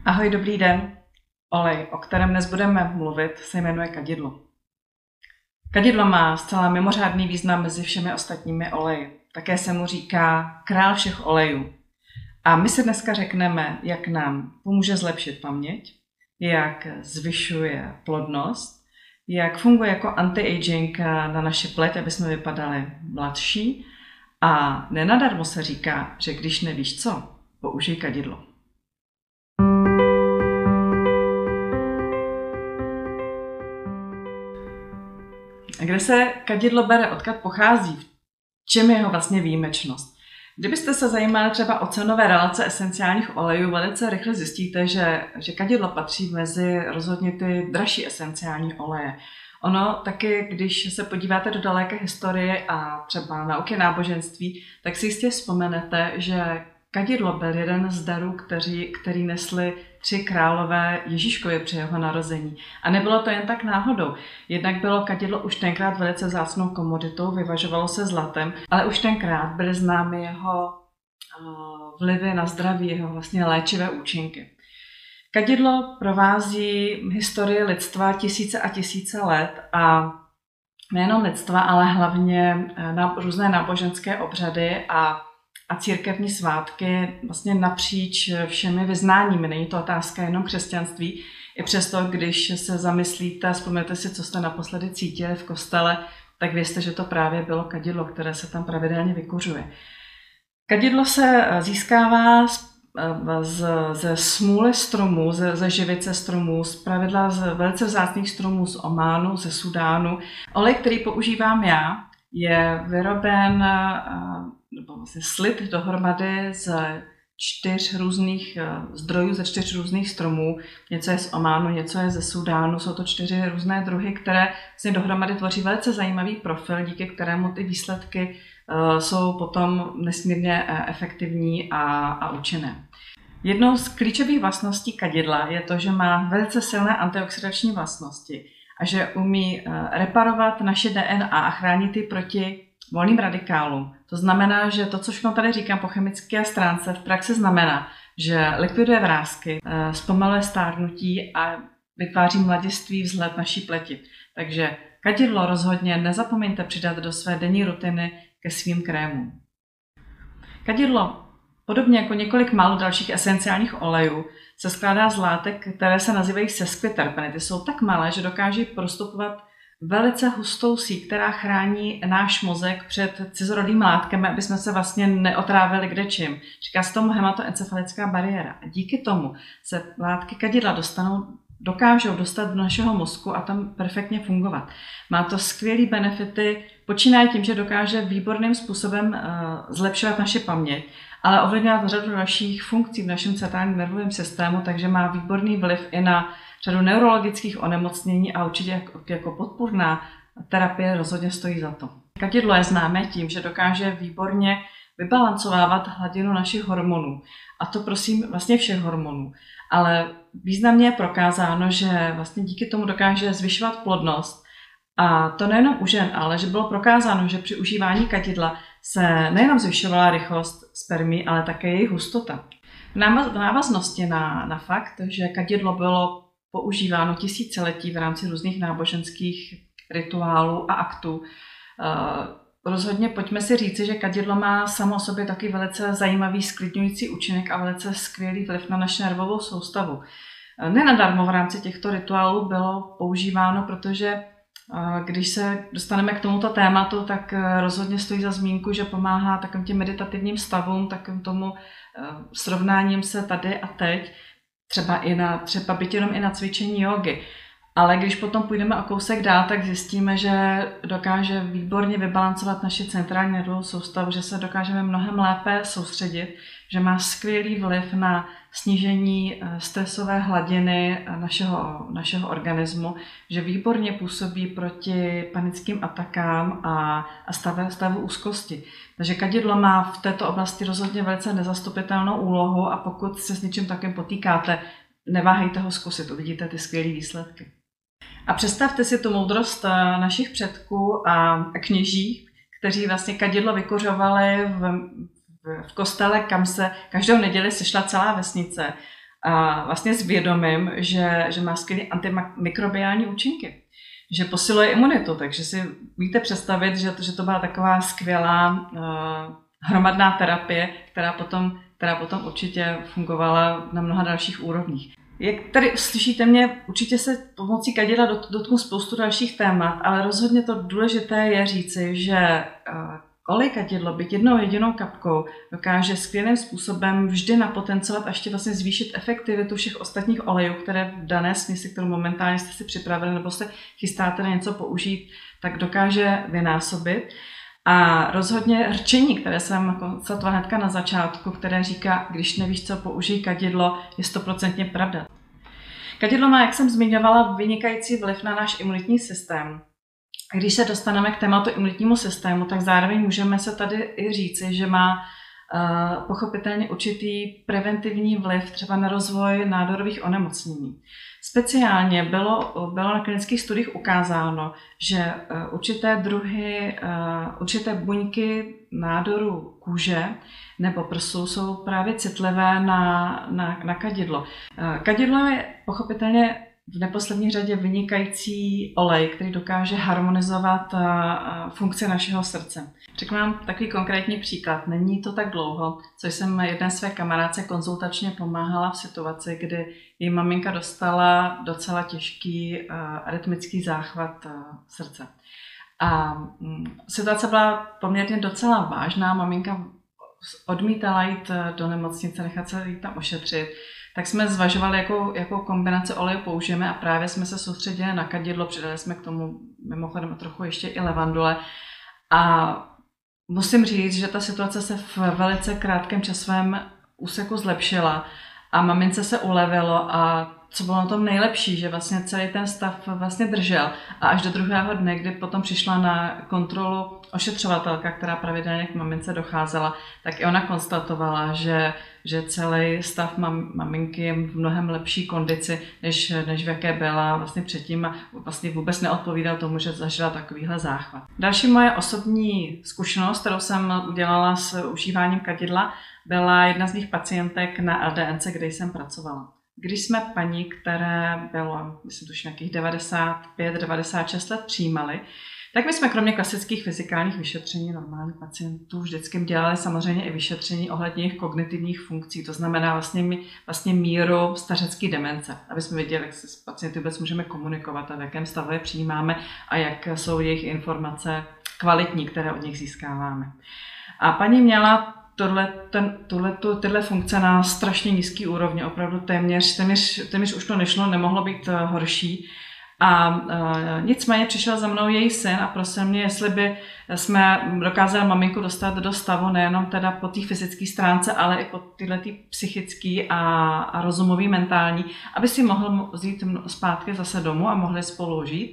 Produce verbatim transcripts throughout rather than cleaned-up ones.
Ahoj, dobrý den. Olej, o kterém dnes budeme mluvit, se jmenuje kadidlo. Kadidlo má zcela mimořádný význam mezi všemi ostatními oleji. Také se mu říká král všech olejů. A my si dneska řekneme, jak nám pomůže zlepšit paměť, jak zvyšuje plodnost, jak funguje jako anti-aging na naši pleť, aby jsme vypadali mladší. A nenadarmo se říká, že když nevíš co, použij kadidlo. Kde se kadidlo bere, odkud pochází, v čem je jeho vlastně výjimečnost? Kdybyste se zajímali třeba o cenové relace esenciálních olejů, velice rychle zjistíte, že, že kadidlo patří mezi rozhodně ty dražší esenciální oleje. Ono taky, když se podíváte do daleké historie a třeba nauky náboženství, tak si jistě vzpomenete, že kadidlo byl jeden z darů, který, který nesli tři králové Ježíškovi při jeho narození. A nebylo to jen tak náhodou. Jednak bylo kadidlo už tenkrát velice vzácnou komoditou, vyvažovalo se zlatem, ale už tenkrát byly známy jeho vlivy na zdraví, jeho vlastně léčivé účinky. Kadidlo provází historii lidstva tisíce a tisíce let a nejenom lidstva, ale hlavně na různé náboženské obřady a a církevní svátky vlastně napříč všemi vyznáními. Není to otázka jenom křesťanství. I přesto, když se zamyslíte, vzpomněte si, co jste naposledy cítili v kostele, tak vězte, že to právě bylo kadidlo, které se tam pravidelně vykuřuje. Kadidlo se získává z, ze smůly stromů, ze, ze živice stromů, zpravidla z velice vzácných stromů z Ománu, ze Sudánu. Olej, který používám já, je vyroben nebo vlastně slit dohromady z čtyř různých zdrojů, ze čtyř různých stromů. Něco je z Ománu, něco je ze Sudánu, jsou to čtyři různé druhy, které vlastně dohromady tvoří velice zajímavý profil, díky kterému ty výsledky jsou potom nesmírně efektivní a, a účinné. Jednou z klíčových vlastností kadidla je to, že má velice silné antioxidační vlastnosti a že umí reparovat naše D N A a chránit ji proti volným radikálům. To znamená, že to, co všechno tady říkám po chemické stránce, v praxi znamená, že likviduje vrásky, zpomaluje stárnutí a vytváří mladiství vzhled naší pleti. Takže kadidlo rozhodně nezapomeňte přidat do své denní rutiny ke svým krémům. Kadidlo, podobně jako několik málo dalších esenciálních olejů, se skládá z látek, které se nazývají sesquiterpeny. Ty jsou tak malé, že dokáží prostupovat velice hustou síť, která chrání náš mozek před cizorodými látkami, aby jsme se vlastně neotrávili kdečím. Říká se tomu hematoencefalická bariéra. A díky tomu se látky kadidla dostanou, dokážou dostat do našeho mozku a tam perfektně fungovat. Má to skvělé benefity, počínaje tím, že dokáže výborným způsobem uh, zlepšovat naši paměť, ale ovlivňovat řadu dalších funkcí v našem centrálním nervovém systému, takže má výborný vliv i na řadu neurologických onemocnění a určitě jako, jako podpůrná terapie rozhodně stojí za to. Kadidlo je známé tím, že dokáže výborně vybalancovávat hladinu našich hormonů. A to prosím vlastně všech hormonů. Ale významně je prokázáno, že vlastně díky tomu dokáže zvyšovat plodnost. A to nejenom u žen, ale že bylo prokázáno, že při užívání kadidla se nejenom zvyšovala rychlost spermí, ale také jejich hustota. V návaznosti na, na fakt, že kadidlo bylo používáno tisíciletí v rámci různých náboženských rituálů a aktů. Rozhodně pojďme si říci, že kadidlo má samo o sobě taky velice zajímavý sklidňující účinek a velice skvělý vliv na naši nervovou soustavu. Nenadarmo v rámci těchto rituálů bylo používáno, protože když se dostaneme k tomuto tématu, tak rozhodně stojí za zmínku, že pomáhá takovým těm meditativním stavům, takovým tomu srovnáním se tady a teď, třeba i na, třeba byť jenom i na cvičení jógy. Ale když potom půjdeme o kousek dál, tak zjistíme, že dokáže výborně vybalancovat naši centrální nervovou soustavu, že se dokážeme mnohem lépe soustředit, že má skvělý vliv na snížení stresové hladiny našeho, našeho organismu, že výborně působí proti panickým atakám a, a stavu, stavu úzkosti. Takže kadidlo má v této oblasti rozhodně velice nezastupitelnou úlohu a pokud se s něčím takovým potýkáte, neváhejte ho zkusit, uvidíte ty skvělé výsledky. A představte si tu moudrost našich předků a kněží, kteří vlastně kadidlo vykuřovali v, v, v kostele, kam se každou neděli sešla celá vesnice. A vlastně s vědomím, že, že má skvělé antimikrobiální účinky, že posiluje imunitu, takže si víte představit, že to, že to byla taková skvělá uh, hromadná terapie, která potom, která potom určitě fungovala na mnoha dalších úrovních. Jak tady slyšíte mě, určitě se pomocí kadidla dotknu spoustu dalších témat, ale rozhodně to důležité je říci, že olej kadidlo, byť jednou jedinou kapkou, dokáže skvělým způsobem vždy napotencovat a ještě vlastně zvýšit efektivitu všech ostatních olejů, které v dané směsi, kterou momentálně jste si připravili nebo se chystáte na něco použít, tak dokáže vynásobit. A rozhodně rčení, které jsem konstatovala hnedka na začátku, které říká, když nevíš, co použij kadidlo, je stoprocentně pravda. Kadidlo má, jak jsem zmiňovala, vynikající vliv na náš imunitní systém. Když se dostaneme k tématu imunitnímu systému, tak zároveň můžeme se tady i říci, že má uh, pochopitelně určitý preventivní vliv třeba na rozvoj nádorových onemocnění. Speciálně bylo, bylo na klinických studiích ukázáno, že uh, určité druhy, uh, určité buňky nádoru kůže nebo prsu jsou právě citlivé na, na, na kadidlo. Uh, kadidlo je pochopitelně v neposlední řadě vynikající olej, který dokáže harmonizovat funkce našeho srdce. Řeknu vám takový konkrétní příklad. Není to tak dlouho, co jsem jedné své kamarádce konzultačně pomáhala v situaci, kdy její maminka dostala docela těžký arytmický záchvat srdce. A situace byla poměrně docela vážná. Maminka odmítala jít do nemocnice, nechat se jít tam ošetřit. Tak jsme zvažovali, jakou, jakou kombinaci oleje použijeme a právě jsme se soustředili na kadidlo, přidali jsme k tomu mimochodem trochu ještě i levandule. A musím říct, že ta situace se v velice krátkém časovém úseku zlepšila a mamince se ulevilo a co bylo na tom nejlepší, že vlastně celý ten stav vlastně držel a až do druhého dne, kdy potom přišla na kontrolu ošetřovatelka, která pravidelně k mamince docházela, tak i ona konstatovala, že, že celý stav mam, maminky je v mnohem lepší kondici, než, než v jaké byla vlastně předtím a vlastně vůbec neodpovídal tomu, že zažila takovýhle záchvat. Další moje osobní zkušenost, kterou jsem udělala s užíváním kadidla, byla jedna z mých pacientek na L D N C, kde jsem pracovala. Když jsme paní, které bylo, myslím, tuž nějakých devadesát pět devadesát šest let přijímali, tak my jsme kromě klasických fyzikálních vyšetření normálních pacientů vždycky dělali samozřejmě i vyšetření ohledně jejich kognitivních funkcí, to znamená vlastně, vlastně míru stařecké demence, aby jsme věděli, jak se s pacienty vůbec můžeme komunikovat a v jakém stavu je přijímáme a jak jsou jejich informace kvalitní, které od nich získáváme. A paní měla Tohle, ten, tohle, to, tyhle funkce na strašně nízký úrovni, opravdu téměř, téměř, téměř už to nešlo, nemohlo být horší. A uh, nicméně přišel za mnou její syn a prosil mě, jestli by jsme dokázali maminku dostat do stavu nejenom teda po té fyzické stránce, ale i po tyhle psychické a, a rozumový, mentální, aby si mohl vzít zpátky zase domů a mohli spolu žít.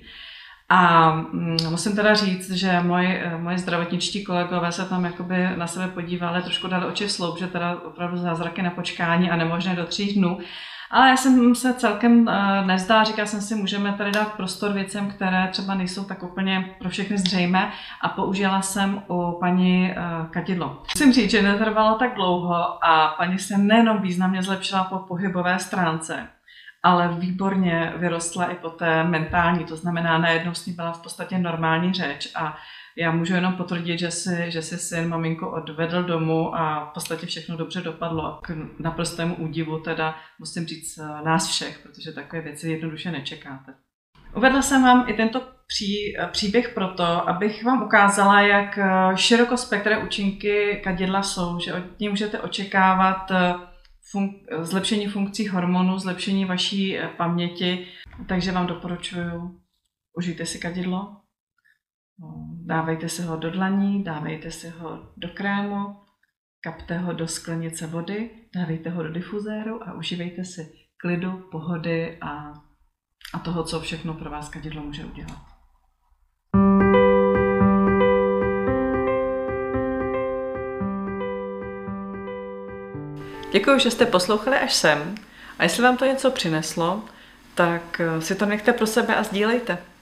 A musím teda říct, že moji, moji zdravotničtí kolegové se tam jakoby na sebe podívali, trošku dali oči v sloup, že teda opravdu zázraky na počkání a nemožné do tří dnů. Ale já jsem se celkem nezdá, říkala jsem si, můžeme tady dát prostor věcem, které třeba nejsou tak úplně pro všechny zřejmé a použila jsem u paní kadidlo. Musím říct, že netrvalo tak dlouho a paní se nejenom významně zlepšila po pohybové stránce, ale výborně vyrostla i po té mentální, to znamená, najednou s ní byla v podstatě normální řeč a já můžu jenom potvrdit, že si, že si syn maminku odvedl domů a v podstatě všechno dobře dopadlo. K naprostému údivu teda musím říct nás všech, protože takové věci jednoduše nečekáte. Uvedla jsem vám i tento pří, příběh proto, abych vám ukázala, jak širokospektré účinky kadidla jsou, že od ní můžete očekávat Fun- zlepšení funkcí hormonů, zlepšení vaší paměti, takže vám doporučuji, užijte si kadidlo, dávejte si ho do dlaní, dávejte si ho do krému, kapte ho do sklenice vody, dávejte ho do difuzéru a užívejte si klidu, pohody a, a toho, co všechno pro vás kadidlo může udělat. Děkuji, že jste poslouchali až sem a jestli vám to něco přineslo, tak si to nechte pro sebe a sdílejte.